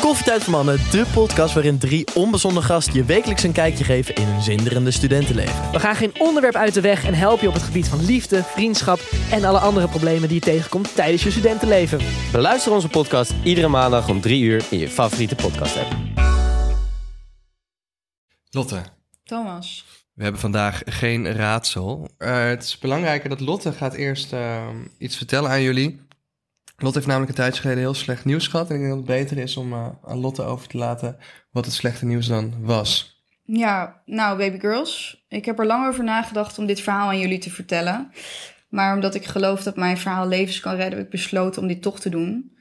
Koffietijd voor Mannen, de podcast waarin 3 onbezonnen gasten je wekelijks een kijkje geven in hun zinderende studentenleven. We gaan geen onderwerp uit de weg en helpen je op het gebied van liefde, vriendschap en alle andere problemen die je tegenkomt tijdens je studentenleven. Beluister onze podcast iedere maandag om 3 uur in je favoriete podcast app. Lotte, Thomas. we hebben vandaag geen raadsel. Het is belangrijker dat Lotte gaat eerst iets vertellen aan jullie. Lotte heeft namelijk een tijdje geleden heel slecht nieuws gehad. En ik denk dat het beter is om aan Lotte over te laten wat het slechte nieuws dan was. Ja, nou baby girls. Ik heb er lang over nagedacht om dit verhaal aan jullie te vertellen. Maar omdat ik geloof dat mijn verhaal levens kan redden, heb ik besloten om dit toch te doen.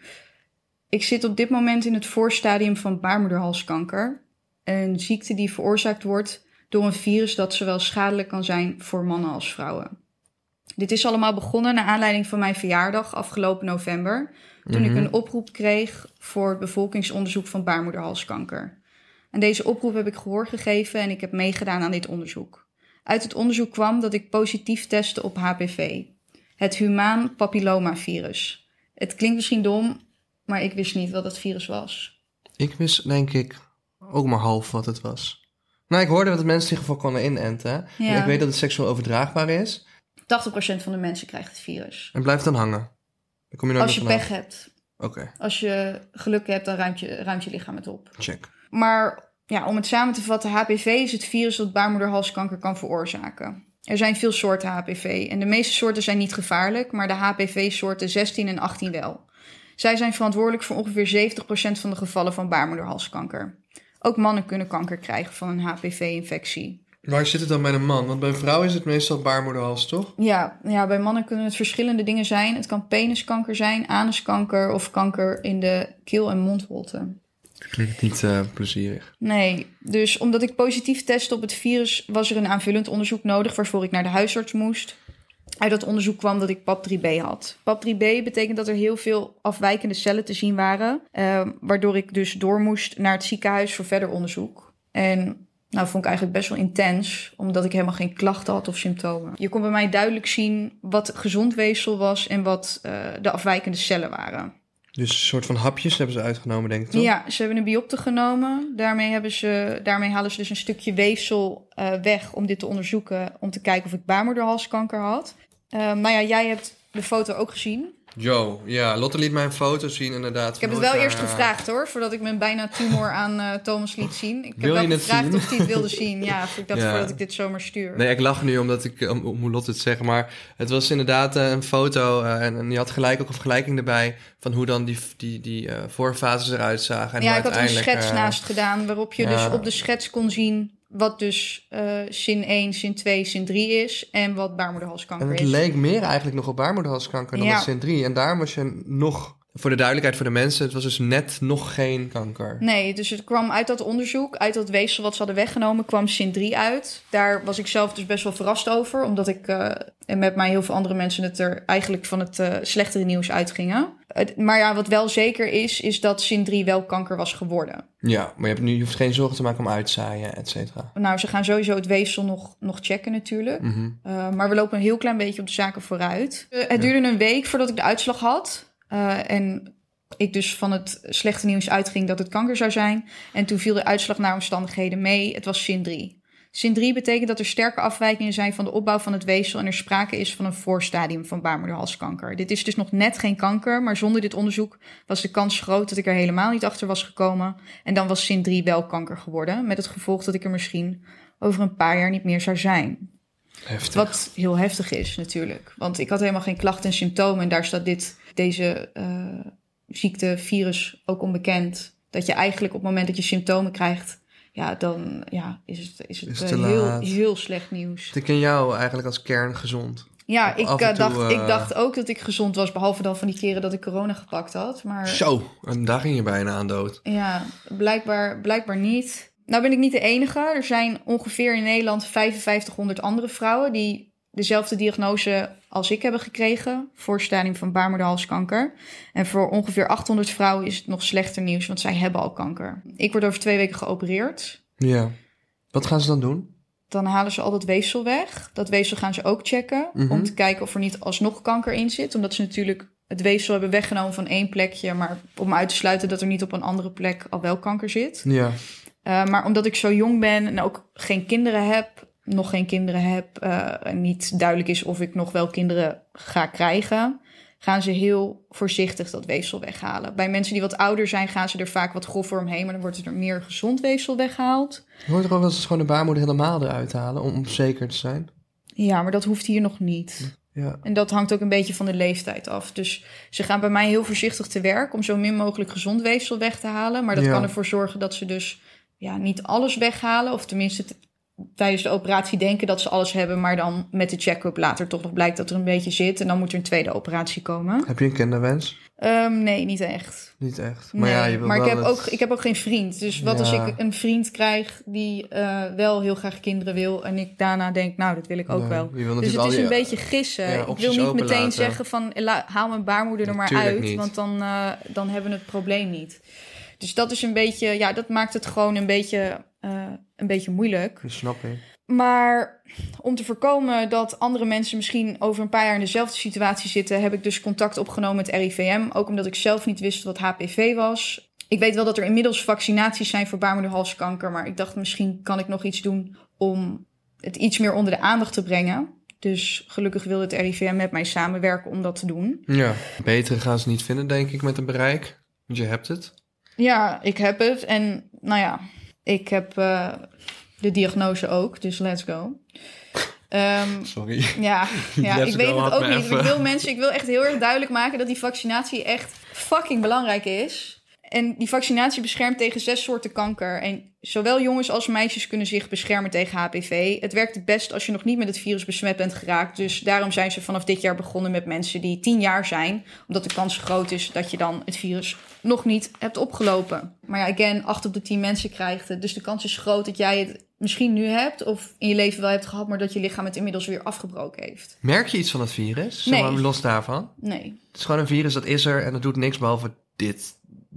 Ik zit op dit moment in het voorstadium van baarmoederhalskanker. Een ziekte die veroorzaakt wordt door een virus dat zowel schadelijk kan zijn voor mannen als vrouwen. Dit is allemaal begonnen naar aanleiding van mijn verjaardag afgelopen november. Toen ik een oproep kreeg voor het bevolkingsonderzoek van baarmoederhalskanker. En deze oproep heb ik gehoor gegeven en ik heb meegedaan aan dit onderzoek. Uit het onderzoek kwam dat ik positief testte op HPV. Het humaan papillomavirus. Het klinkt misschien dom, maar ik wist niet wat het virus was. Ik wist denk ik ook maar half wat het was. Nou, ik hoorde dat mensen zich ervoor konden inenten. Ja. En ik weet dat het seksueel overdraagbaar is. 80% van de mensen krijgt het virus. En blijft dan hangen. Dan kom je nooit Als je meer pech vanaf. hebt. Oké, Als je geluk hebt, dan ruimt je lichaam het op. check. Maar ja, om het samen te vatten, HPV is het virus dat baarmoederhalskanker kan veroorzaken. Er zijn veel soorten HPV en de meeste soorten zijn niet gevaarlijk, maar de HPV-soorten 16 en 18 wel. Zij zijn verantwoordelijk voor ongeveer 70% van de gevallen van baarmoederhalskanker. Ook mannen kunnen kanker krijgen van een HPV-infectie. Waar zit het dan bij een man? Want bij een vrouw is het meestal baarmoederhals, toch? Ja, bij mannen kunnen het verschillende dingen zijn. Het kan peniskanker zijn, anuskanker of kanker in de keel- en mondholte. Klinkt niet plezierig. Nee, dus omdat ik positief testte op het virus, was er een aanvullend onderzoek nodig waarvoor ik naar de huisarts moest. Uit dat onderzoek kwam dat ik PAP3B had. PAP3B betekent dat er heel veel afwijkende cellen te zien waren, waardoor ik dus door moest naar het ziekenhuis voor verder onderzoek. En nou, vond ik eigenlijk best wel intens, omdat ik helemaal geen klachten had of symptomen. Je kon bij mij duidelijk zien wat gezond weefsel was en wat de afwijkende cellen waren. Dus een soort van hapjes hebben ze uitgenomen, denk ik, toch? Ja, ze hebben een biopte genomen. Daarmee halen ze dus een stukje weefsel weg om dit te onderzoeken, om te kijken of ik baarmoederhalskanker had. Nou ja, jij hebt de foto ook gezien. Yo, ja, Lotte liet mij een foto zien, inderdaad. Ik heb het wel eerst gevraagd hoor, voordat ik mijn bijna tumor aan Thomas liet zien. Ik heb wel gevraagd of hij het wilde zien. Ja, ik dacht voordat ik dit zomaar stuur. Nee, ik lach nu omdat ik, om hoe Lotte het zegt, maar het was inderdaad een foto en je had gelijk ook een vergelijking erbij van hoe dan die voorfases eruit zagen. En Ja, hoe ik had er een uiteindelijk, schets naast gedaan, waarop je dus op de schets kon zien wat dus SIN 1, SIN 2, SIN 3 is en wat baarmoederhalskanker En het is. leek meer eigenlijk nog op baarmoederhalskanker dan op SIN 3. En daarom was je nog, voor de duidelijkheid voor de mensen, het was dus net nog geen kanker. Nee, dus het kwam uit dat onderzoek, uit dat weefsel wat ze hadden weggenomen, kwam SIN 3 uit. Daar was ik zelf dus best wel verrast over, omdat ik en met mij heel veel andere mensen het er eigenlijk van het slechtere nieuws uitgingen. Maar ja, wat wel zeker is dat SIN 3 wel kanker was geworden. Ja, maar je hoeft geen zorgen te maken om uitzaaien, et cetera. Nou, ze gaan sowieso het weefsel nog checken natuurlijk. Maar we lopen een heel klein beetje op de zaken vooruit. Het duurde een week voordat ik de uitslag had. En ik dus van het slechte nieuws uitging dat het kanker zou zijn. En toen viel de uitslag naar omstandigheden mee. Het was SIN 3. SIN 3 betekent dat er sterke afwijkingen zijn van de opbouw van het weefsel en er sprake is van een voorstadium van baarmoederhalskanker. Dit is dus nog net geen kanker, maar zonder dit onderzoek was de kans groot dat ik er helemaal niet achter was gekomen. En dan was SIN 3 wel kanker geworden, met het gevolg dat ik er misschien over een paar jaar niet meer zou zijn. Heftig. Wat heel heftig is natuurlijk, want ik had helemaal geen klachten en symptomen en daar staat deze ziekte, virus ook onbekend. Dat je eigenlijk op het moment dat je symptomen krijgt, ja, dan is het heel slecht nieuws. Ik ken jou eigenlijk als kern gezond. Ja, ik dacht ook dat ik gezond was, behalve dan van die keren dat ik corona gepakt had. Maar Zo, en daar ging je bijna aan dood. ja, blijkbaar niet. Nou ben ik niet de enige. Er zijn ongeveer in Nederland 5500 andere vrouwen die dezelfde diagnose als ik hebben gekregen voor stadium van baarmoederhalskanker. En voor ongeveer 800 vrouwen is het nog slechter nieuws, want zij hebben al kanker. Ik word over 2 weken geopereerd. Ja. Wat gaan ze dan doen? Dan halen ze al dat weefsel weg. Dat weefsel gaan ze ook checken om te kijken of er niet alsnog kanker in zit. Omdat ze natuurlijk het weefsel hebben weggenomen van 1 plekje, maar om uit te sluiten dat er niet op een andere plek al wel kanker zit. Ja. Maar omdat ik zo jong ben en ook nog geen kinderen heb, en niet duidelijk is of ik nog wel kinderen ga krijgen, gaan ze heel voorzichtig dat weefsel weghalen. Bij mensen die wat ouder zijn, gaan ze er vaak wat grover omheen, maar dan wordt er meer gezond weefsel weggehaald. Je hoort er ook wel eens gewoon de baarmoeder helemaal eruit halen, om zeker te zijn. Ja, maar dat hoeft hier nog niet. Ja. En dat hangt ook een beetje van de leeftijd af. Dus ze gaan bij mij heel voorzichtig te werk om zo min mogelijk gezond weefsel weg te halen. Maar dat kan ervoor zorgen dat ze dus niet alles weghalen. Of tenminste tijdens de operatie denken dat ze alles hebben, maar dan met de check-up later toch nog blijkt dat er een beetje zit. En dan moet er een tweede operatie komen. Heb je een kinderwens? Nee, niet echt. Niet echt. Nee, Maar ja, je wil maar wel ik heb ook geen vriend. Dus wat als ik een vriend krijg die wel heel graag kinderen wil en ik daarna denk, nou, dat wil ik ook wel. Dus het is een beetje gissen. Ja, ik wil niet meteen laten. zeggen van haal mijn baarmoeder er maar Natuurlijk uit, niet. want dan hebben we het probleem niet. Dus dat is een beetje, dat maakt het gewoon een beetje moeilijk. Dat snap ik. Maar om te voorkomen dat andere mensen misschien over een paar jaar in dezelfde situatie zitten, heb ik dus contact opgenomen met RIVM. Ook omdat ik zelf niet wist wat HPV was. Ik weet wel dat er inmiddels vaccinaties zijn voor baarmoederhalskanker, maar ik dacht misschien kan ik nog iets doen om het iets meer onder de aandacht te brengen. Dus gelukkig wil het RIVM met mij samenwerken om dat te doen. Ja, betere gaan ze niet vinden, denk ik, met een bereik. Want je hebt het. Ja, ik heb het. En nou ja, ik heb de diagnose ook, dus let's go. Sorry. Ja, Let's ik weet go, het had ook me niet. even. Ik wil echt heel erg duidelijk maken dat die vaccinatie echt fucking belangrijk is. En die vaccinatie beschermt tegen 6 soorten kanker. En zowel jongens als meisjes kunnen zich beschermen tegen HPV. Het werkt het best als je nog niet met het virus besmet bent geraakt. Dus daarom zijn ze vanaf dit jaar begonnen met mensen die 10 jaar zijn. Omdat de kans groot is dat je dan het virus nog niet hebt opgelopen. Maar ja, again, 8 op de 10 mensen krijgt het. Dus de kans is groot dat jij het misschien nu hebt of in je leven wel hebt gehad, maar dat je lichaam het inmiddels weer afgebroken heeft. Merk je iets van het virus? Nee. Zeg maar, los daarvan? Nee. Het is gewoon een virus, dat is er en dat doet niks behalve dit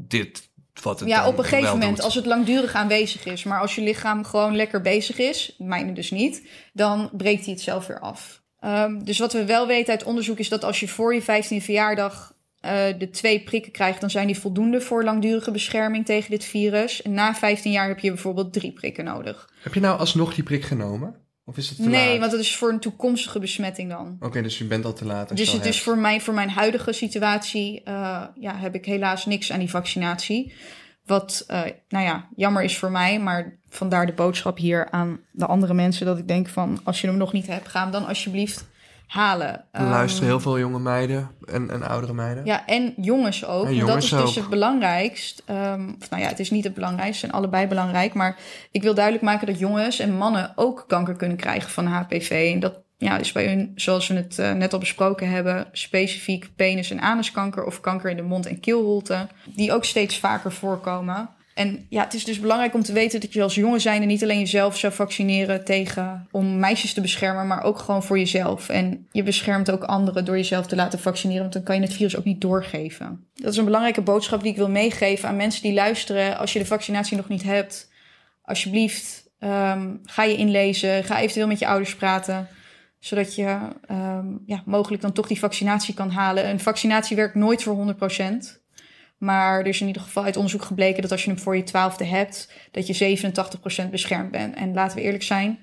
wat het Ja, dan op een gegeven wel moment, doet. als het langdurig aanwezig is, maar als je lichaam gewoon lekker bezig is, mijne dus niet, dan breekt hij het zelf weer af. Dus wat we wel weten uit onderzoek is dat als je voor je 15e verjaardag de 2 prikken krijgt, dan zijn die voldoende voor langdurige bescherming tegen dit virus. En na 15 jaar heb je bijvoorbeeld 3 prikken nodig. Heb je nou alsnog die prik genomen? Of is het te laat? Nee, want dat is voor een toekomstige besmetting dan. Oké, dus je bent al te laat. Als Dus je het al is hebt. voor mijn huidige situatie heb ik helaas niks aan die vaccinatie. Wat jammer is voor mij, maar vandaar de boodschap hier aan de andere mensen, dat ik denk van, als je hem nog niet hebt, ga hem dan alsjeblieft halen. Er luisteren heel veel jonge meiden en oudere meiden. Ja, en jongens ook. En En dat jongens is dus ook. het belangrijkst. Het is niet het belangrijkste, zijn allebei belangrijk. Maar ik wil duidelijk maken dat jongens en mannen ook kanker kunnen krijgen van HPV. En dat is bij hun, zoals we het net al besproken hebben, specifiek penis- en anuskanker of kanker in de mond- en keelholte, die ook steeds vaker voorkomen. En ja, het is dus belangrijk om te weten dat je als jongen zijnde niet alleen jezelf zou vaccineren om meisjes te beschermen, maar ook gewoon voor jezelf. En je beschermt ook anderen door jezelf te laten vaccineren, want dan kan je het virus ook niet doorgeven. Dat is een belangrijke boodschap die ik wil meegeven aan mensen die luisteren. Als je de vaccinatie nog niet hebt, alsjeblieft, ga je inlezen, ga eventueel met je ouders praten, zodat je mogelijk dan toch die vaccinatie kan halen. Een vaccinatie werkt nooit voor 100%. Maar er is in ieder geval uit onderzoek gebleken dat als je hem voor je 12e hebt, dat je 87% beschermd bent. En laten we eerlijk zijn,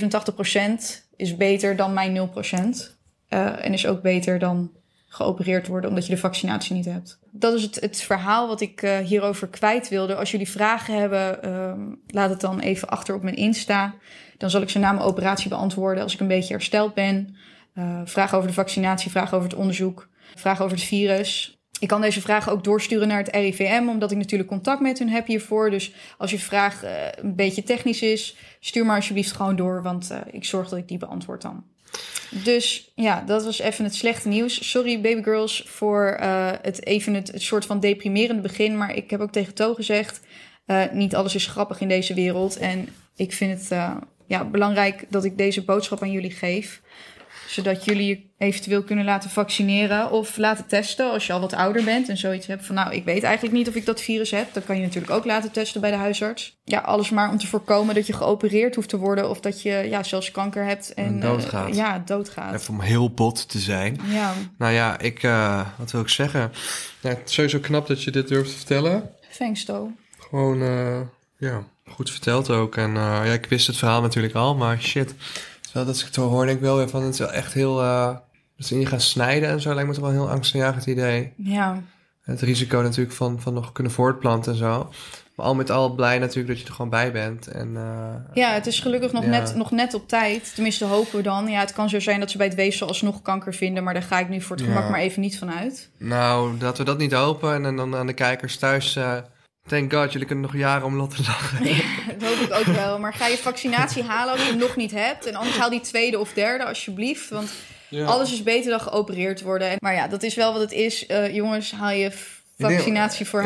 87% is beter dan mijn 0%. En is ook beter dan geopereerd worden omdat je de vaccinatie niet hebt. Dat is het verhaal wat ik hierover kwijt wilde. Als jullie vragen hebben, laat het dan even achter op mijn Insta. Dan zal ik ze na mijn operatie beantwoorden als ik een beetje hersteld ben. Vragen over de vaccinatie, vragen over het onderzoek, vragen over het virus. Ik kan deze vragen ook doorsturen naar het RIVM, omdat ik natuurlijk contact met hun heb hiervoor. Dus als je vraag een beetje technisch is, stuur maar alsjeblieft gewoon door, want ik zorg dat ik die beantwoord dan. Dus ja, dat was even het slechte nieuws. Sorry babygirls voor het soort van deprimerende begin, maar ik heb ook tegen To gezegd, niet alles is grappig in deze wereld. En ik vind het belangrijk dat ik deze boodschap aan jullie geef. Zodat jullie je eventueel kunnen laten vaccineren of laten testen als je al wat ouder bent en zoiets hebt van nou, ik weet eigenlijk niet of ik dat virus heb. Dan kan je natuurlijk ook laten testen bij de huisarts. Ja, alles maar om te voorkomen dat je geopereerd hoeft te worden of dat je zelfs kanker hebt en doodgaat. Even om heel bot te zijn. Ja. Nou ja, wat wil ik zeggen? Ja, het is sowieso knap dat je dit durft te vertellen. Thanks, To. Gewoon, goed verteld ook. En ik wist het verhaal natuurlijk al, maar shit. Terwijl dat ik het zo hoor, denk ik wel weer van, het is wel echt heel... dat ze in je gaan snijden en zo, lijkt me toch wel een heel angstaanjagend idee. Ja. Het risico natuurlijk van nog kunnen voortplanten en zo. Maar al met al blij natuurlijk dat je er gewoon bij bent. En, het is gelukkig nog net op tijd. Tenminste hopen we dan. Ja, het kan zo zijn dat ze bij het weefsel alsnog kanker vinden, maar daar ga ik nu voor het gemak maar even niet van uit. Nou, dat we dat niet hopen. En dan aan de kijkers thuis... Thank God, jullie kunnen nog jaren om Lot te lachen. Ja, dat hoop ik ook wel. Maar ga je vaccinatie halen als je hem nog niet hebt. En anders haal die tweede of derde, alsjeblieft. Want alles is beter dan geopereerd worden. Maar ja, dat is wel wat het is. Jongens, haal je vaccinatie voor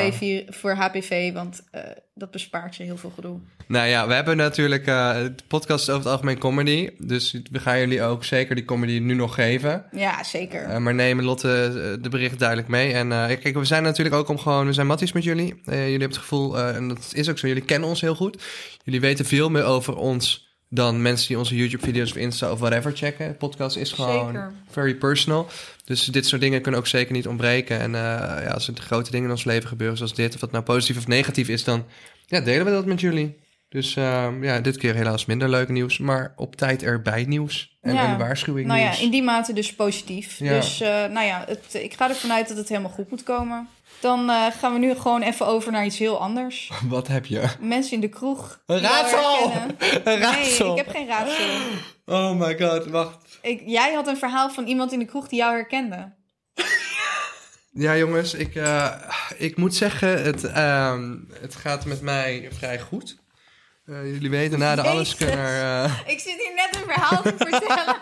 HPV, want dat bespaart je heel veel gedoe. Nou ja, we hebben natuurlijk... de podcast over het algemeen comedy. Dus we gaan jullie ook zeker die comedy nu nog geven. Ja, zeker. Maar nemen Lotte de bericht duidelijk mee. En kijk, we zijn natuurlijk ook we zijn matties met jullie. Jullie hebben het gevoel, en dat is ook zo, jullie kennen ons heel goed. Jullie weten veel meer over ons dan mensen die onze YouTube-video's of Insta of whatever checken. De podcast is gewoon very personal. Dus dit soort dingen kunnen ook zeker niet ontbreken. En als er grote dingen in ons leven gebeuren zoals dit... of dat nou positief of negatief is, dan delen we dat met jullie. Dus dit keer helaas minder leuk nieuws... maar op tijd erbij nieuws en een waarschuwing nieuws. Nou ja, in die mate dus positief. Ja. Dus ik ga ervan uit dat het helemaal goed moet komen. Dan gaan we nu gewoon even over naar iets heel anders. Wat heb je? Mensen in de kroeg. Een raadsel! Een raadsel! Nee, ik heb geen raadsel. Oh my god, wacht. Jij had een verhaal van iemand in de kroeg die jou herkende. Ja, jongens, ik moet zeggen, het gaat met mij vrij goed. Jullie weten, na de alleskunner... Ik zit hier net een verhaal te vertellen.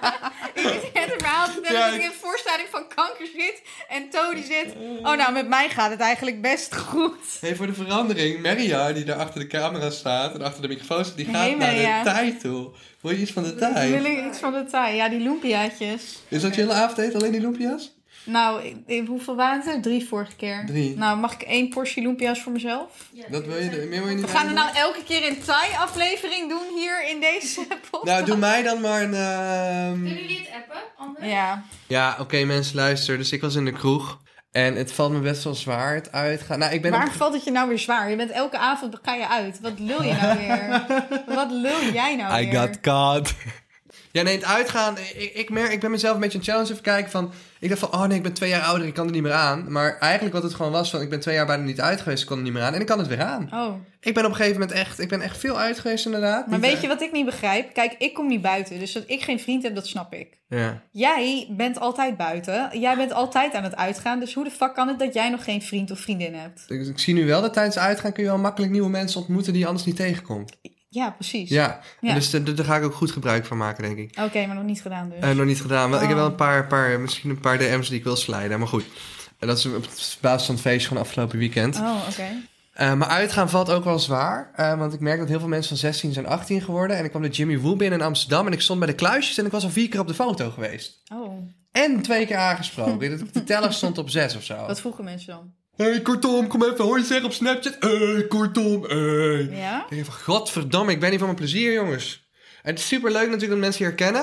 Dat ik in voorstelling van kanker zit. En Tony zit... Oh, nou, met mij gaat het eigenlijk best goed. Hey, voor de verandering, Maria, die daar achter de camera staat... en achter de microfoon zit, die gaat naar de taai toe. Wil je iets van de taai? Wil ik iets van de taai? Ja, die lumpiaatjes. Is dat je hele avondeten, alleen die lumpia's? Nou, hoeveel waren het er? 3 vorige keer. 3. Nou, mag ik 1 portie lumpia's voor mezelf? Ja, dat wil je niet. We gaan er nou elke keer een Thai-aflevering doen hier in deze podcast. Nou, doe mij dan maar een... Kunnen jullie het appen, André? Ja. Ja, oké, mensen, luister. Dus ik was in de kroeg. En het valt me best wel zwaar, het uitgaan. Nou, Waar valt het je nou weer zwaar? Je bent elke avond, ga je uit. Wat lul je nou weer? Wat lul jij nou weer? I got caught. Ja, nee, het uitgaan... Ik ben mezelf een beetje een challenge even kijken van... Ik dacht van, oh nee, ik ben 2 jaar ouder, ik kan er niet meer aan. Maar eigenlijk wat het gewoon was van... Ik ben 2 jaar bijna niet uit geweest, ik kon er niet meer aan. En ik kan het weer aan. Oh. Ik ben op een gegeven moment echt veel uit geweest inderdaad. Maar weet je wat ik niet begrijp? Kijk, ik kom niet buiten. Dus dat ik geen vriend heb, dat snap ik. Ja. Jij bent altijd buiten. Jij bent altijd aan het uitgaan. Dus hoe de fuck kan het dat jij nog geen vriend of vriendin hebt? Ik zie nu wel dat tijdens uitgaan kun je wel makkelijk nieuwe mensen ontmoeten die je anders niet tegenkomt. Ja, precies. Ja. Dus daar ga ik ook goed gebruik van maken, denk ik. Oké, maar nog niet gedaan dus. Nog niet gedaan. Ik heb wel misschien een paar DM's die ik wil sliden, maar goed. En dat is op basis van het feestje van afgelopen weekend. Oh, oké. Maar uitgaan valt ook wel zwaar. Want ik merk dat heel veel mensen van 16 zijn 18 geworden. En ik kwam de Jimmy Woo binnen in Amsterdam. En ik stond bij de kluisjes en ik was al 4 keer op de foto geweest. Oh. En 2 keer aangesproken. De teller stond op 6 of zo. Wat vroegen mensen dan? Hey, kortom, kom even, hoor je zeggen op Snapchat. Hey, kortom, hey. Ja? Ik denk van, godverdamme, ik ben hier voor mijn plezier, jongens. En het is superleuk natuurlijk dat mensen hier herkennen.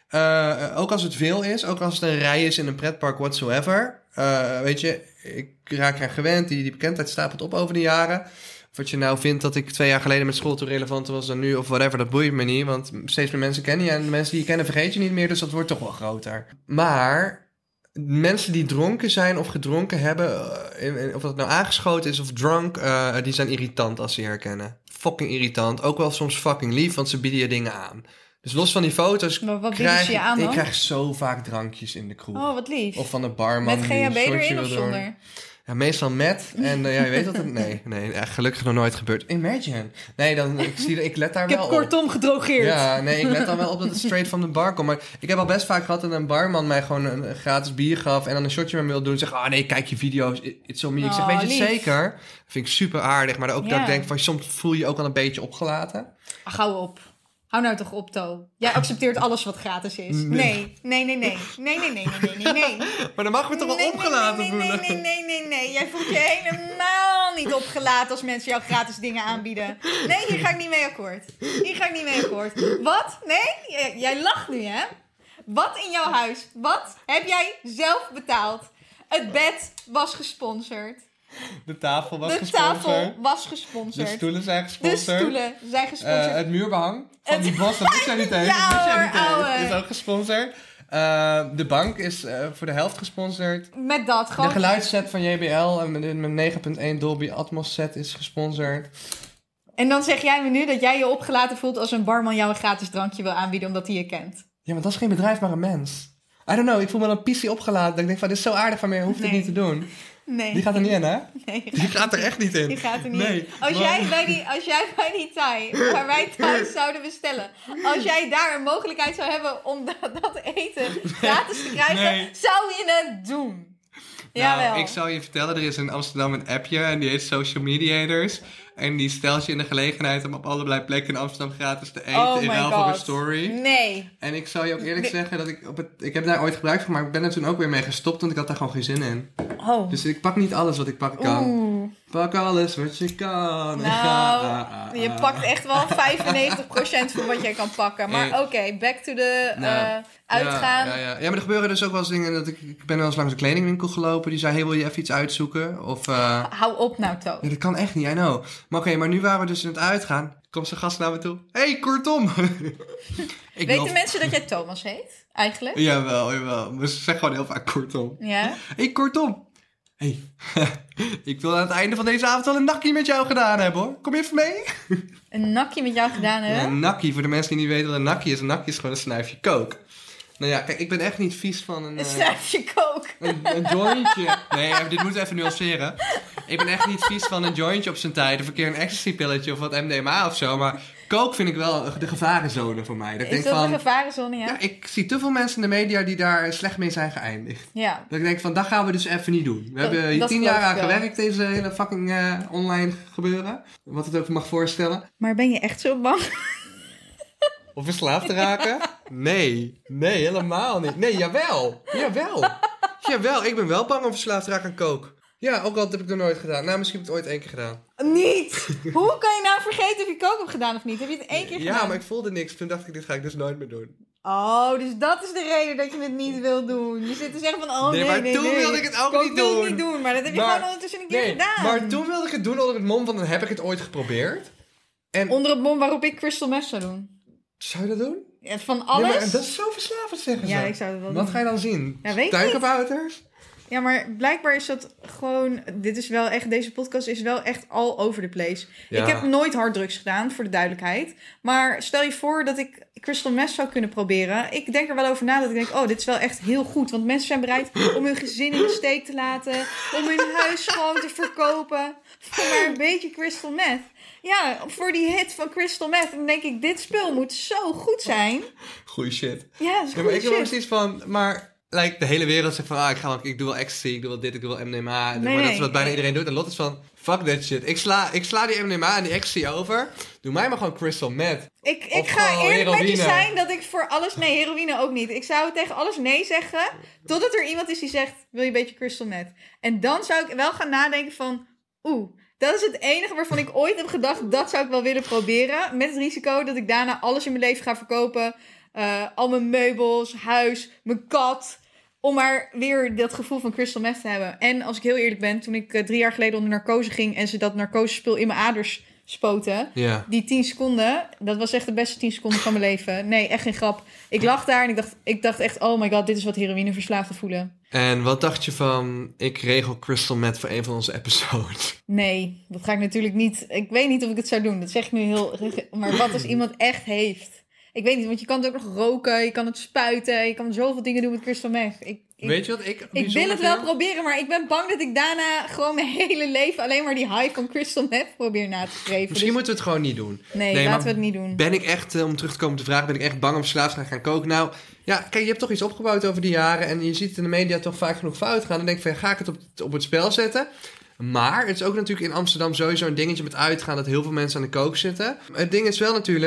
Ook als het veel is, ook als het een rij is in een pretpark, whatsoever. Weet je, ik raak eraan gewend, die bekendheid stapelt op over de jaren. Of wat je nou vindt dat ik 2 jaar geleden met school toen relevanter was dan nu, of whatever, dat boeit me niet. Want steeds meer mensen kennen je en de mensen die je kennen vergeet je niet meer, dus dat wordt toch wel groter. Maar... Mensen die dronken zijn of gedronken hebben, of dat nou aangeschoten is of drunk, die zijn irritant als ze je herkennen. Fucking irritant. Ook wel soms fucking lief, want ze bieden je dingen aan. Dus los van die foto's wat bieden ze je aan dan? Ik krijg zo vaak drankjes in de kroeg. Oh, wat lief. Of van de barman. Met GHB erin of zonder? Ja, meestal met. En je weet dat het... Nee, gelukkig nog nooit gebeurd. Imagine. Nee, ik let daar wel op. Ik heb kortom gedrogeerd. Ja, nee, ik let dan wel op dat het straight van de bar komt. Maar ik heb al best vaak gehad dat een barman mij gewoon een gratis bier gaf... en dan een shotje met me wilde doen. En zeg, oh nee, kijk je video's. It's on me. Ik zeg, weet je het zeker? Dat vind ik super aardig. Maar ook dat ik denk van, soms voel je je ook al een beetje opgelaten. Ach, hou op. Hou nou toch op, To. Jij accepteert alles wat gratis is. Nee. Maar dan mag we toch wel opgelaten voelen? Nee. Jij voelt je helemaal niet opgelaten als mensen jou gratis dingen aanbieden. Nee, hier ga ik niet mee akkoord. Wat? Nee? Jij lacht nu, hè? Wat in jouw huis? Wat heb jij zelf betaald? Het bed was gesponsord. De tafel was gesponsord. De stoelen zijn gesponsord. Het muurbehang van die bos, dat is jij niet eens. Is ook gesponsord. De bank is voor de helft gesponsord. Met dat gewoon. De geluidsset van JBL en mijn 9.1 Dolby Atmos set is gesponsord. En dan zeg jij me nu dat jij je opgelaten voelt als een barman jou een gratis drankje wil aanbieden omdat hij je kent. Ja, maar dat is geen bedrijf, maar een mens. I don't know, ik voel me dan pissie opgelaten. Dat ik denk van, dit is zo aardig van mij, hoeft het niet te doen. Nee. Die gaat er niet in, hè? Nee, die gaat er echt niet in. Die gaat er niet in. Als jij bij die Thai, waar wij thuis zouden bestellen, als jij daar een mogelijkheid zou hebben om dat eten gratis te krijgen, zou je het doen. Nou, ik zal je vertellen, er is in Amsterdam een appje en die heet Social Mediators. En die stelt je in de gelegenheid om op allerlei plekken in Amsterdam gratis te eten in half op een story. Nee. En ik zal je ook eerlijk zeggen dat ik heb daar ooit gebruik van, maar ik ben er toen ook weer mee gestopt, want ik had daar gewoon geen zin in. Oh. Dus ik pak niet alles wat ik pakken kan. Pak alles wat je kan. Nou, je pakt echt wel 95% van wat jij kan pakken. Maar oké, back to the uitgaan. Ja, maar er gebeuren dus ook wel eens dingen dat ik ben wel eens langs een kledingwinkel gelopen. Die zei, hey, wil je even iets uitzoeken? Of, hou op nou, To. Ja, dat kan echt niet, I know. Maar oké, maar nu waren we dus aan het uitgaan. Komt zo'n gast naar me toe. Hey, kortom. Weten mensen dat jij Thomas heet, eigenlijk? Jawel. Maar ze zeggen gewoon heel vaak kortom. Ja? Hey, kortom. Hey, ik wil aan het einde van deze avond wel een nakkie met jou gedaan hebben, hoor. Kom je even mee? Een nakkie met jou gedaan hebben? Ja, een nakkie, voor de mensen die niet weten wat een nakkie is. Een nakkie is gewoon een snuifje coke. Nou ja, kijk, ik ben echt niet vies van een... Een snuifje coke. Een jointje. Nee, dit moeten we even nuanceren. Ik ben echt niet vies van een jointje op zijn tijd. Of een keer een ecstasy-pilletje of wat MDMA of zo. Maar coke vind ik wel de gevarenzone voor mij. Dat is dat een gevarenzone, ja? Ja, ik zie te veel mensen in de media die daar slecht mee zijn geëindigd. Ja. Dat ik denk van, dat gaan we dus even niet doen. We hebben hier 10 jaar aan gewerkt, deze hele fucking online gebeuren. Wat het ook mag voorstellen. Maar ben je echt zo bang? Of verslaafd te raken? Nee, helemaal niet. Nee, jawel, ik ben wel bang om verslaafd te raken aan coke. Ja, ook al heb ik het nooit gedaan. Nou, misschien heb ik het ooit 1 keer gedaan. Niet! Hoe kan je nou vergeten of je coke hebt gedaan of niet? Heb je het 1 keer gedaan? Ja, maar ik voelde niks. Toen dacht ik, dit ga ik dus nooit meer doen. Oh, dus dat is de reden dat je het niet wil doen. Je zit te zeggen van, nee. Maar toen wilde ik het ook niet doen. Niet doen. Maar dat heb je gewoon ondertussen een keer gedaan. Maar toen wilde ik het doen onder het mom van, dan heb ik het ooit geprobeerd. En... Onder het mom waarop ik crystal meth zou doen. Zou je dat doen? Ja, van alles? Nee, maar dat is zo verslavend, zeggen ze. Ja, ik zou het wel doen. Wat ga je dan zien? Ja, weet Tuinkabouters? Ja, maar blijkbaar is dat gewoon... Deze podcast is wel echt all over the place. Ja. Ik heb nooit harddrugs gedaan, voor de duidelijkheid. Maar stel je voor dat ik crystal meth zou kunnen proberen. Ik denk er wel over na dat ik denk, dit is wel echt heel goed. Want mensen zijn bereid om hun gezin in de steek te laten. Om hun huis gewoon te verkopen. Voor maar een beetje crystal meth. Ja, voor die hit van crystal meth. Dan denk ik, dit spul moet zo goed zijn. Goeie shit. Ja, dat is goeie maar ik shit. heb ook zoiets van, maar... de hele wereld zegt van, ik doe wel ecstasy, ik doe wel dit, ik doe wel MDMA. Maar dat is wat bijna iedereen doet. En Lot is van, fuck that shit. Ik sla die MDMA en die ecstasy over. Doe mij maar gewoon crystal meth. Ik ga eerlijk met je zijn dat ik voor alles... Nee, heroïne ook niet. Ik zou tegen alles nee zeggen. Totdat er iemand is die zegt, wil je een beetje crystal meth? En dan zou ik wel gaan nadenken van... dat is het enige waarvan ik ooit heb gedacht... dat zou ik wel willen proberen. Met het risico dat ik daarna alles in mijn leven ga verkopen. Al mijn meubels, huis, mijn kat... om maar weer dat gevoel van crystal meth te hebben. En als ik heel eerlijk ben, toen ik 3 jaar geleden onder narcose ging... en ze dat narcosespul in mijn aders spoten... die 10 seconden, dat was echt de beste 10 seconden van mijn leven. Nee, echt geen grap. Ik lag daar en ik dacht echt... oh my god, dit is wat heroïneverslaafden voelen. En wat dacht je van... ik regel crystal meth voor een van onze episodes? Nee, dat ga ik natuurlijk niet... Ik weet niet of ik het zou doen. Dat zeg ik nu heel... Maar wat als iemand echt heeft... Ik weet niet, want je kan het ook nog roken, je kan het spuiten, je kan zoveel dingen doen met crystal meth. Weet je wat ik wil het wel proberen, maar ik ben bang dat ik daarna gewoon mijn hele leven alleen maar die high van crystal meth probeer na te streven. Misschien moeten we het gewoon niet doen. Nee, laten we het niet doen. Ben ik echt, om terug te komen op de vraag, ben ik echt bang om verslaafd te gaan koken? Nou, ja, kijk, je hebt toch iets opgebouwd over die jaren en je ziet het in de media toch vaak genoeg fout gaan. Dan denk ik van, ga ik het op het spel zetten? Maar het is ook natuurlijk in Amsterdam sowieso een dingetje met uitgaan dat heel veel mensen aan de kook zitten. Het ding is wel natuurlijk...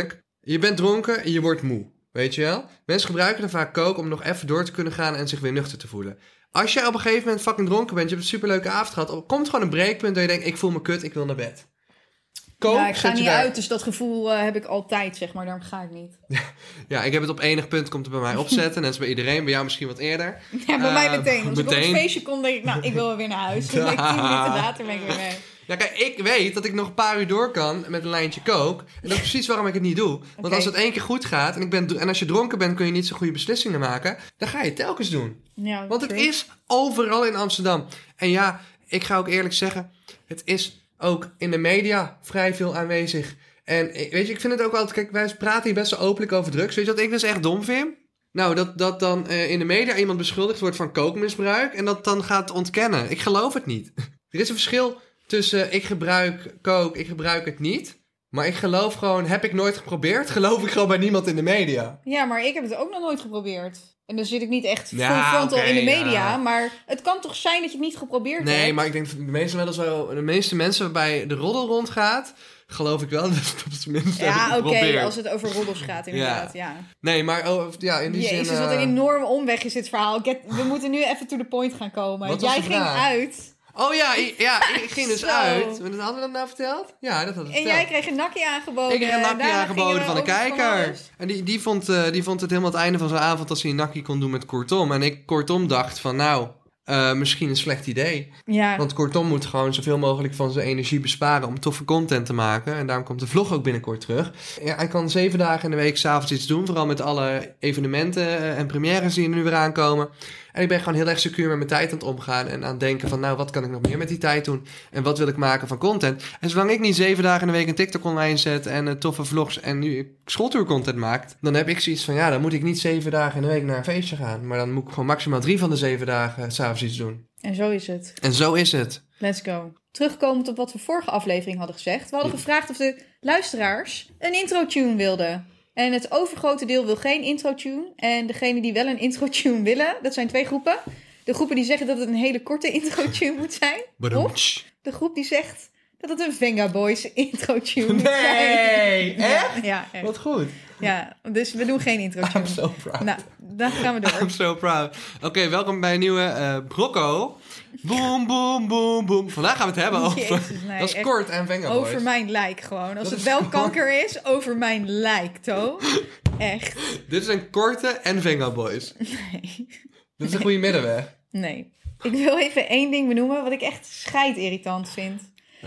Je bent dronken en je wordt moe. Weet je wel? Mensen gebruiken dan vaak coke om nog even door te kunnen gaan en zich weer nuchter te voelen. Als jij op een gegeven moment fucking dronken bent, je hebt een superleuke avond gehad, komt gewoon een breekpunt dat je denkt, ik voel me kut, ik wil naar bed. Coke, Ja, ik ga zet je niet daar- uit, dus dat gevoel heb ik altijd, zeg maar. Daarom ga ik niet. Ja, ik heb het op enig punt, komt het bij mij opzetten. Net als bij iedereen, bij jou misschien wat eerder. Ja, bij mij meteen. Als ik op meteen. het feestje kom, denk ik, nou, ik wil wel weer naar huis. Dan ben ik 10 minuten later ben ik weer weg. Ja, kijk, ik weet dat ik nog een paar uur door kan met een lijntje coke. En dat is precies waarom ik het niet doe. Want Oké. als het 1 keer goed gaat en als je dronken bent kun je niet zo goede beslissingen maken, dan ga je het telkens doen. Ja, Want het true. is overal in Amsterdam. En ja, ik ga ook eerlijk zeggen, het is ook in de media vrij veel aanwezig. En weet je, ik vind het ook altijd, kijk, wij praten hier best wel openlijk over drugs. Weet je wat ik dus echt dom vind? Nou, dat dan in de media iemand beschuldigd wordt van kookmisbruik en dat dan gaat ontkennen. Ik geloof het niet. Er is een verschil tussen ik gebruik coke, ik gebruik het niet. Maar ik geloof gewoon, heb ik nooit geprobeerd, geloof ik gewoon bij niemand in de media. Ja, maar ik heb het ook nog nooit geprobeerd. En dan zit ik niet echt full Ja, frontal oké, in de media. ja. Maar het kan toch zijn dat je het niet geprobeerd hebt? Nee, maar ik denk dat de meeste mensen waarbij de roddel rondgaat, geloof ik wel dat ze het tenminste Ja, hebben oké, geprobeerd. als het over roddels gaat inderdaad, ja. Nee, maar in die Jezus, zin... wat een enorme omweg is dit verhaal. We moeten nu even to the point gaan komen. Wat was Jij de ging vraag? uit Oh ja, ik ging dus Zo. uit. Hadden we dat nou verteld? Ja, dat hadden we en verteld. jij kreeg een nakkie aangeboden. Ik kreeg een nakkie Daarna aangeboden gingen van de we over kijker. alles. En die vond het helemaal het einde van zijn avond als hij een nakkie kon doen met Kortom. En ik Kortom dacht van nou, misschien een slecht idee. Ja, Want Kortom moet gewoon zoveel mogelijk van zijn energie besparen om toffe content te maken. En daarom komt de vlog ook binnenkort terug. Ja, hij kan 7 dagen in de week 's avonds iets doen. Vooral met alle evenementen en premières die er nu weer aankomen. En ik ben gewoon heel erg secuur met mijn tijd aan het omgaan. En aan het denken van nou, wat kan ik nog meer met die tijd doen? En wat wil ik maken van content? En zolang ik niet 7 dagen in de week een TikTok online zet en toffe vlogs en nu schooltourcontent maak, dan heb ik zoiets van ja, dan moet ik niet 7 dagen in de week naar een feestje gaan. Maar dan moet ik gewoon maximaal 3 van de 7 dagen 's avonds iets doen. en zo is het. En zo is het. Let's go. Terugkomend op wat we vorige aflevering hadden gezegd. We hadden gevraagd of de luisteraars een intro-tune wilden. En het overgrote deel wil geen intro-tune. En degene die wel een intro-tune willen, dat zijn 2 groepen. De groepen die zeggen dat het een hele korte intro-tune moet zijn. Of de groep die zegt dat het een Venga Boys intro-tune moet zijn. Nee, echt? Ja, echt. Wat goed. Ja, dus we doen geen intro-tune. I'm so proud. Nou, dan gaan we door. I'm so proud. Oké, welkom bij een nieuwe Brocco. Boom, boom, boom, boom. Vandaag gaan we het hebben over... Jezus, nee, dat is echt. kort en Venga Boys. Over mijn lijk gewoon. Als Dat het is wel gewoon- kanker is, over mijn lijk, To. Echt. Dit is een korte en Venga Boys. Nee. Dit is een goede middenweg. Nee. Ik wil even 1 ding benoemen wat ik echt scheidirritant vind.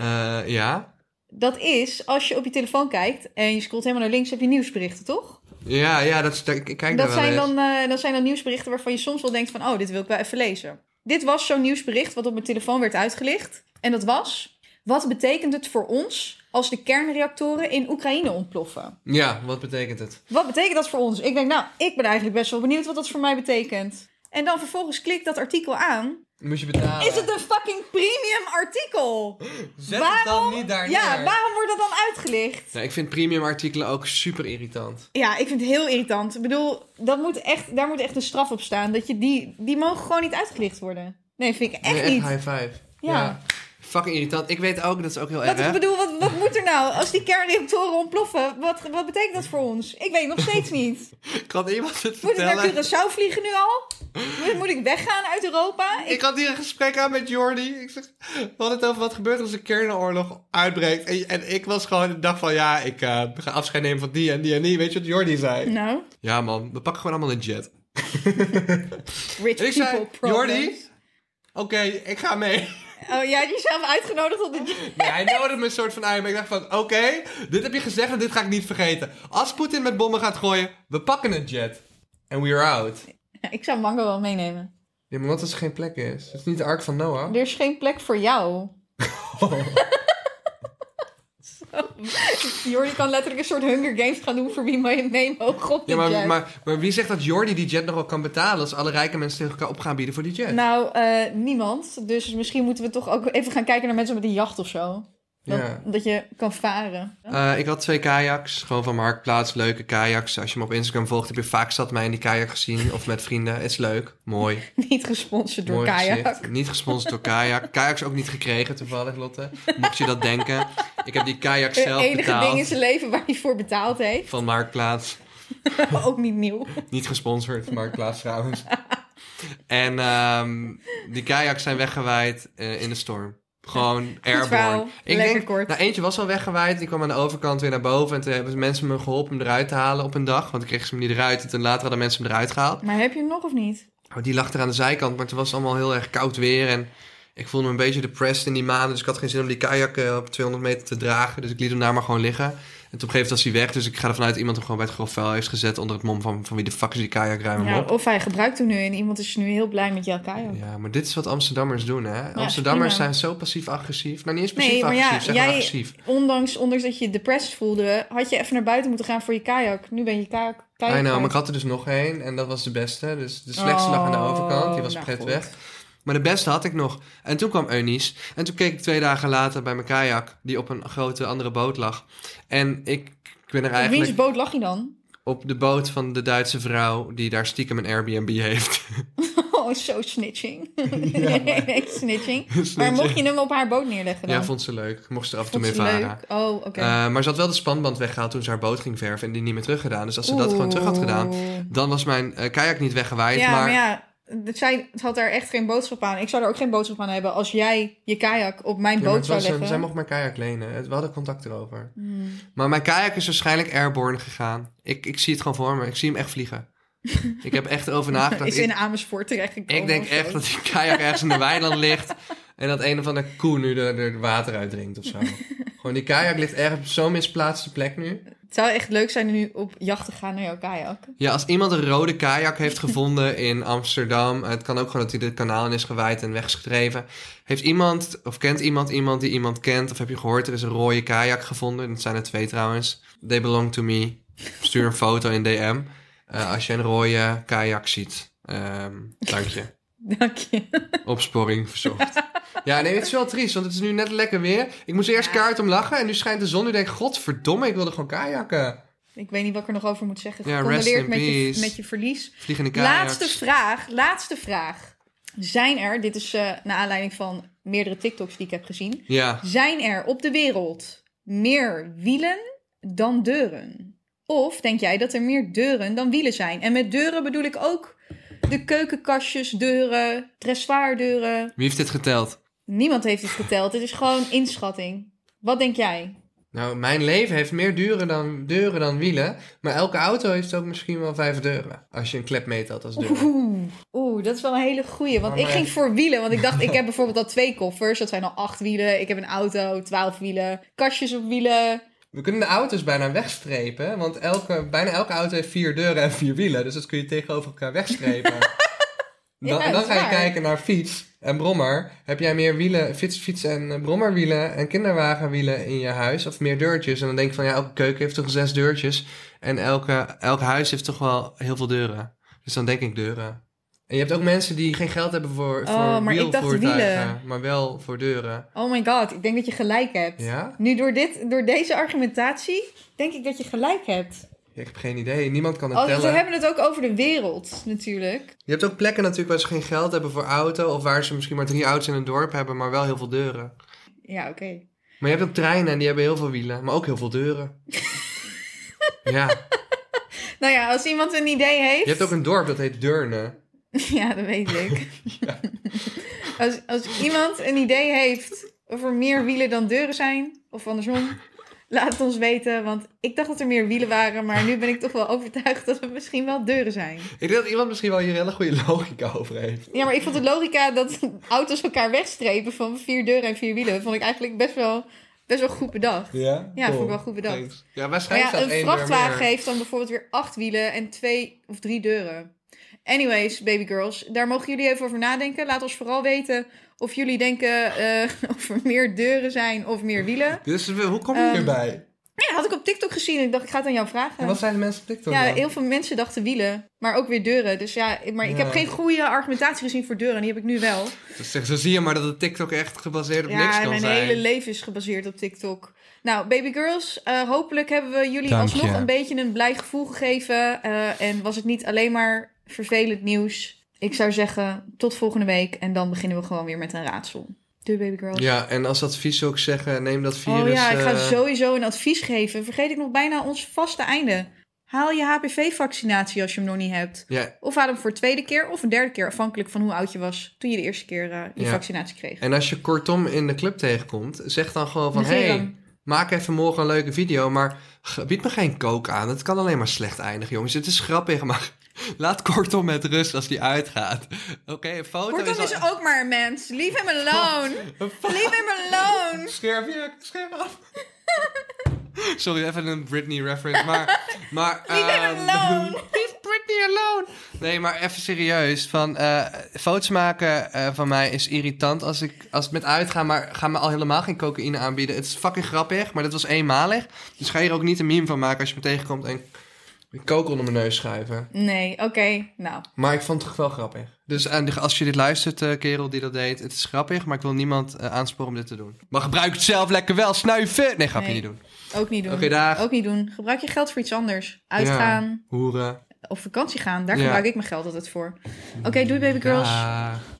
Ja? Dat is, als je op je telefoon kijkt en je scrolt helemaal naar links, heb je nieuwsberichten, toch? Ja, dat is, ik kijk daar Dat wel zijn, eens. dat zijn dan nieuwsberichten waarvan je soms wel denkt van, oh, dit wil ik wel even lezen. Dit was zo'n nieuwsbericht wat op mijn telefoon werd uitgelicht. En dat was, wat betekent het voor ons als de kernreactoren in Oekraïne ontploffen? Ja, wat betekent het? Wat betekent dat voor ons? Ik denk, nou, ik ben eigenlijk best wel benieuwd wat dat voor mij betekent. En dan vervolgens klik ik dat artikel aan. Moet je betalen. Is het een fucking premium artikel? Zet het dan niet daar Ja, neer. waarom wordt dat dan uitgelicht? Nou, ik vind premium artikelen ook super irritant. Ja, ik vind het heel irritant. Ik bedoel, daar moet echt een straf op staan. Dat je die mogen gewoon niet uitgelicht worden. Nee, vind ik echt Nee, niet. high five. Ja. Fucking irritant. Ik weet ook, dat is ook heel Wat, ik erg. bedoel, wat moet er nou? Als die kernreactoren ontploffen, wat betekent dat voor ons? Ik weet nog steeds niet. Kan iemand het Moet ik naar vertellen? Curaçao vliegen nu al? Moet ik weggaan uit Europa? Ik had hier een gesprek aan met Jordi. Ik zeg, we hadden het over wat gebeurt als een kernoorlog uitbreekt. En ik was gewoon de dag van, ja, ik ga afscheid nemen van die en die en die. Weet je wat Jordi zei? Nou, Ja man, we pakken gewoon allemaal een jet. rich En ik people zei, problems. Jordi, oké, ik ga mee. Oh, jij had jezelf uitgenodigd op de... Nee, hij nodigde me een soort van uit. Maar ik dacht van, oké, dit heb je gezegd en dit ga ik niet vergeten. Als Poetin met bommen gaat gooien, we pakken een jet. And we are out. Ja, ik zou Mango wel meenemen. Ja, maar wat als er geen plek is? Het is niet de Ark van Noah. Er is geen plek voor jou. Jordi kan letterlijk een soort Hunger Games gaan doen voor wie mee mogen op de Ja, jet. maar wie zegt dat Jordi die jet nog wel kan betalen als alle rijke mensen tegen elkaar op gaan bieden voor die jet? Nou, niemand. Dus misschien moeten we toch ook even gaan kijken naar mensen met een jacht of zo. Ja. Dat je kan varen. Ik had 2 kajaks, gewoon van Marktplaats. Leuke kajaks. Als je me op Instagram volgt, heb je vaak zat mij in die kajak gezien. Of met vrienden. Het is leuk, mooi. Niet gesponsord door Mooi Kajak. gezicht. Niet gesponsord door Kajak. Kajaks ook niet gekregen toevallig, Lotte. Mocht je dat denken. Ik heb die kajak zelf Het enige betaald. ding in zijn leven waar hij voor betaald heeft. Van Marktplaats. Ook niet nieuw. Niet gesponsord, Marktplaats trouwens. En die kajaks zijn weggewaaid in de storm. Gewoon verhaal. airborne. Ik Lekker denk, kort. Nou, eentje was al weggewaaid. Die kwam aan de overkant weer naar boven. En toen hebben mensen me geholpen hem eruit te halen op een dag. Want ik kreeg ze hem niet eruit. En toen later hadden mensen hem eruit gehaald. Maar heb je hem nog of niet? Oh, die lag er aan de zijkant. Maar toen was het allemaal heel erg koud weer. En ik voelde me een beetje depressed in die maanden. Dus ik had geen zin om die kajak op 200 meter te dragen. Dus ik liet hem daar maar gewoon liggen. En op een gegeven moment was hij weg. Dus ik ga ervan uit dat iemand hem gewoon bij het grof vuil heeft gezet. Onder het mom van wie de fuck is die kajak, ruim hem Ja, op. of hij gebruikt hem nu en iemand is nu heel blij met jouw kajak. Ja, maar dit is wat Amsterdammers doen, hè? Amsterdammers prima. zijn zo passief-agressief. Nou, niet eens Nee, maar passief-agressief, ja, zeg maar jij, agressief. ondanks dat je je depressed voelde, had je even naar buiten moeten gaan voor je kajak. Nu ben je kajak I know, kwijt. maar ik had er dus nog één en dat was de beste. Dus de slechtste lag aan de overkant, die was op een gegeven moment weg. Maar de beste had ik nog. En toen kwam Eunice. En toen keek ik 2 dagen later bij mijn kajak, die op een grote andere boot lag. En ik ben er Op eigenlijk wiens boot lag je dan? op de boot van de Duitse vrouw die daar stiekem een Airbnb heeft. Oh, zo snitching. Snitching. Maar mocht je hem op haar boot neerleggen dan? Ja, vond ze leuk. Mocht ze er af en toe Vond mee ze varen. leuk? Oh, oké. Maar ze had wel de spanband weggehaald toen ze haar boot ging verven en die niet meer teruggedaan. Dus als ze dat gewoon terug had gedaan, dan was mijn kajak niet weggewaaid. Ja, maar maar ja, zij had daar echt geen boodschap aan. Ik zou er ook geen boodschap aan hebben als jij je kajak op mijn Ja, maar boot het zou was leggen. zij mocht mijn kajak lenen. We hadden contact erover. Maar mijn kajak is waarschijnlijk airborne gegaan. Ik zie het gewoon voor me. Ik zie hem echt vliegen. Ik heb echt over nagedacht. Is in Amersfoort terechtgekomen. Ik denk of zo. echt dat die kajak ergens in de weiland ligt. En dat een of andere koe nu er water uit drinkt of zo. Gewoon die kajak ligt ergens op zo'n misplaatste plek nu. Het zou echt leuk zijn nu op jacht te gaan naar jouw kajak. Ja, als iemand een rode kajak heeft gevonden in Amsterdam... Het kan ook gewoon dat hij het kanaal in is gewaaid en weggedreven. Heeft iemand, of kent iemand die iemand kent... of heb je gehoord, er is een rode kajak gevonden. Dat zijn er 2 trouwens. They belong to me. Stuur een foto in DM. Als je een rode kajak ziet. Dank je. Dank je. Opsporing verzocht. Ja, nee, het is wel triest, want het is nu net lekker weer. Ik moest eerst kaart om lachen en nu schijnt de zon. Nu denk ik, godverdomme, ik wilde gewoon kajakken. Ik weet niet wat ik er nog over moet zeggen. Ja, Gecondoleerd rest in peace. met je verlies. Vliegende kajaks. Laatste vraag. Zijn er, dit is naar aanleiding van meerdere TikToks die ik heb gezien. Ja. Zijn er op de wereld meer wielen dan deuren? Of denk jij dat er meer deuren dan wielen zijn? En met deuren bedoel ik ook de keukenkastjes, deuren, dressoirdeuren. Wie heeft dit geteld? Niemand heeft het geteld. Het is gewoon inschatting. Wat denk jij? Nou, mijn leven heeft meer deuren dan wielen. Maar elke auto heeft ook misschien wel 5 deuren. Als je een klep meetelt als deur. Oeh, dat is wel een hele goeie. Want ik ging voor wielen. Want ik dacht, ik heb bijvoorbeeld al 2 koffers. Dat zijn al 8 wielen. Ik heb een auto, 12 wielen. Kastjes op wielen. We kunnen de auto's bijna wegstrepen. Want bijna elke auto heeft 4 deuren en 4 wielen. Dus dat kun je tegenover elkaar wegstrepen. Dan dat is ga je waar. kijken naar fiets en brommer. Heb jij meer wielen, fiets en brommerwielen en kinderwagenwielen in je huis? Of meer deurtjes? En dan denk ik van, ja, elke keuken heeft toch 6 deurtjes. En elk huis heeft toch wel heel veel deuren. Dus dan denk ik deuren. En je hebt ook mensen die geen geld hebben voor maar ik dacht wielvoertuigen, wielen. maar wel voor deuren. Oh my god, ik denk dat je gelijk hebt. Ja? Nu door deze argumentatie denk ik dat je gelijk hebt. Ja, ik heb geen idee. Niemand kan het We tellen. hebben het ook over de wereld natuurlijk. Je hebt ook plekken natuurlijk waar ze geen geld hebben voor auto. Of waar ze misschien maar 3 auto's in een dorp hebben, maar wel heel veel deuren. Ja, oké. Maar je hebt ook treinen en die hebben heel veel wielen, maar ook heel veel deuren. Ja. Nou ja, als iemand een idee heeft... Je hebt ook een dorp dat heet Deurne. Ja, dat weet ik. Als iemand een idee heeft of er meer wielen dan deuren zijn, of andersom, laat het ons weten. Want ik dacht dat er meer wielen waren, maar nu ben ik toch wel overtuigd dat er misschien wel deuren zijn. Ik denk dat iemand misschien wel hier een hele goede logica over heeft. Ja, maar ik vond de logica dat auto's elkaar wegstrepen van 4 deuren en 4 wielen, vond ik eigenlijk best wel goed bedacht. Ja? Ja, vond ik wel goed bedacht. Thanks. Ja, Maar waarschijnlijk ja, staat een 1 deur vrachtwagen meer. heeft dan bijvoorbeeld weer 8 wielen en 2 of 3 deuren. Anyways, baby girls, daar mogen jullie even over nadenken. Laat ons vooral weten of jullie denken of er meer deuren zijn of meer wielen. Dus hoe kom je hierbij? Ja, had ik op TikTok gezien. Ik dacht, ik ga het aan jou vragen. En wat zijn de mensen op TikTok Ja, dan? heel veel mensen dachten wielen. Maar ook weer deuren. Dus maar ik heb geen goede argumentatie gezien voor deuren. En die heb ik nu wel. Dus zo zie je maar dat het TikTok echt gebaseerd op niks Ja, kan mijn zijn. hele leven is gebaseerd op TikTok. Nou, baby girls, hopelijk hebben we jullie Dank alsnog je. een beetje een blij gevoel gegeven. En was het niet alleen maar vervelend nieuws. Ik zou zeggen, tot volgende week. En dan beginnen we gewoon weer met een raadsel. Doei, baby girls. Ja, en als advies ook zeggen, neem dat virus... Oh ja, ik ga sowieso een advies geven. Vergeet ik nog bijna ons vaste einde. Haal je HPV-vaccinatie als je hem nog niet hebt. Ja, Of haal hem voor 2e keer of een 3e keer. Afhankelijk van hoe oud je was toen je de eerste keer je Ja. vaccinatie kreeg. en als je kortom in de club tegenkomt, zeg dan gewoon van... Negeer hey, hem. maak even morgen een leuke video, maar bied me geen coke aan. Het kan alleen maar slecht eindigen, jongens. Het is grappig, maar laat kortom met rust als die uitgaat. Oké, een foto Kortom is... is ook maar een mens. Leave him alone. Leave him alone. Scherp af. Sorry, even een Britney reference, maar Leave him alone. Leave Britney alone. Nee, maar even serieus. Foto's maken van mij is irritant als het met uitgaan, maar ga me al helemaal geen cocaïne aanbieden. Het is fucking grappig, maar dit was eenmalig. Dus ga je er ook niet een meme van maken als je me tegenkomt en coke onder mijn neus schuiven. Nee, oké. Nou, Maar ik vond het wel grappig. Dus als je dit luistert, kerel die dat deed, het is grappig, maar ik wil niemand aansporen om dit te doen. Maar gebruik het zelf lekker wel, snuiven! Nee, grapje Nee. niet doen. ook niet doen. Oké, dag. Ook niet doen. Gebruik je geld voor iets anders. Uitgaan Ja, hoeren. of vakantie gaan. Daar Ja. gebruik ik mijn geld altijd voor. Oké, doei baby girls. Ja.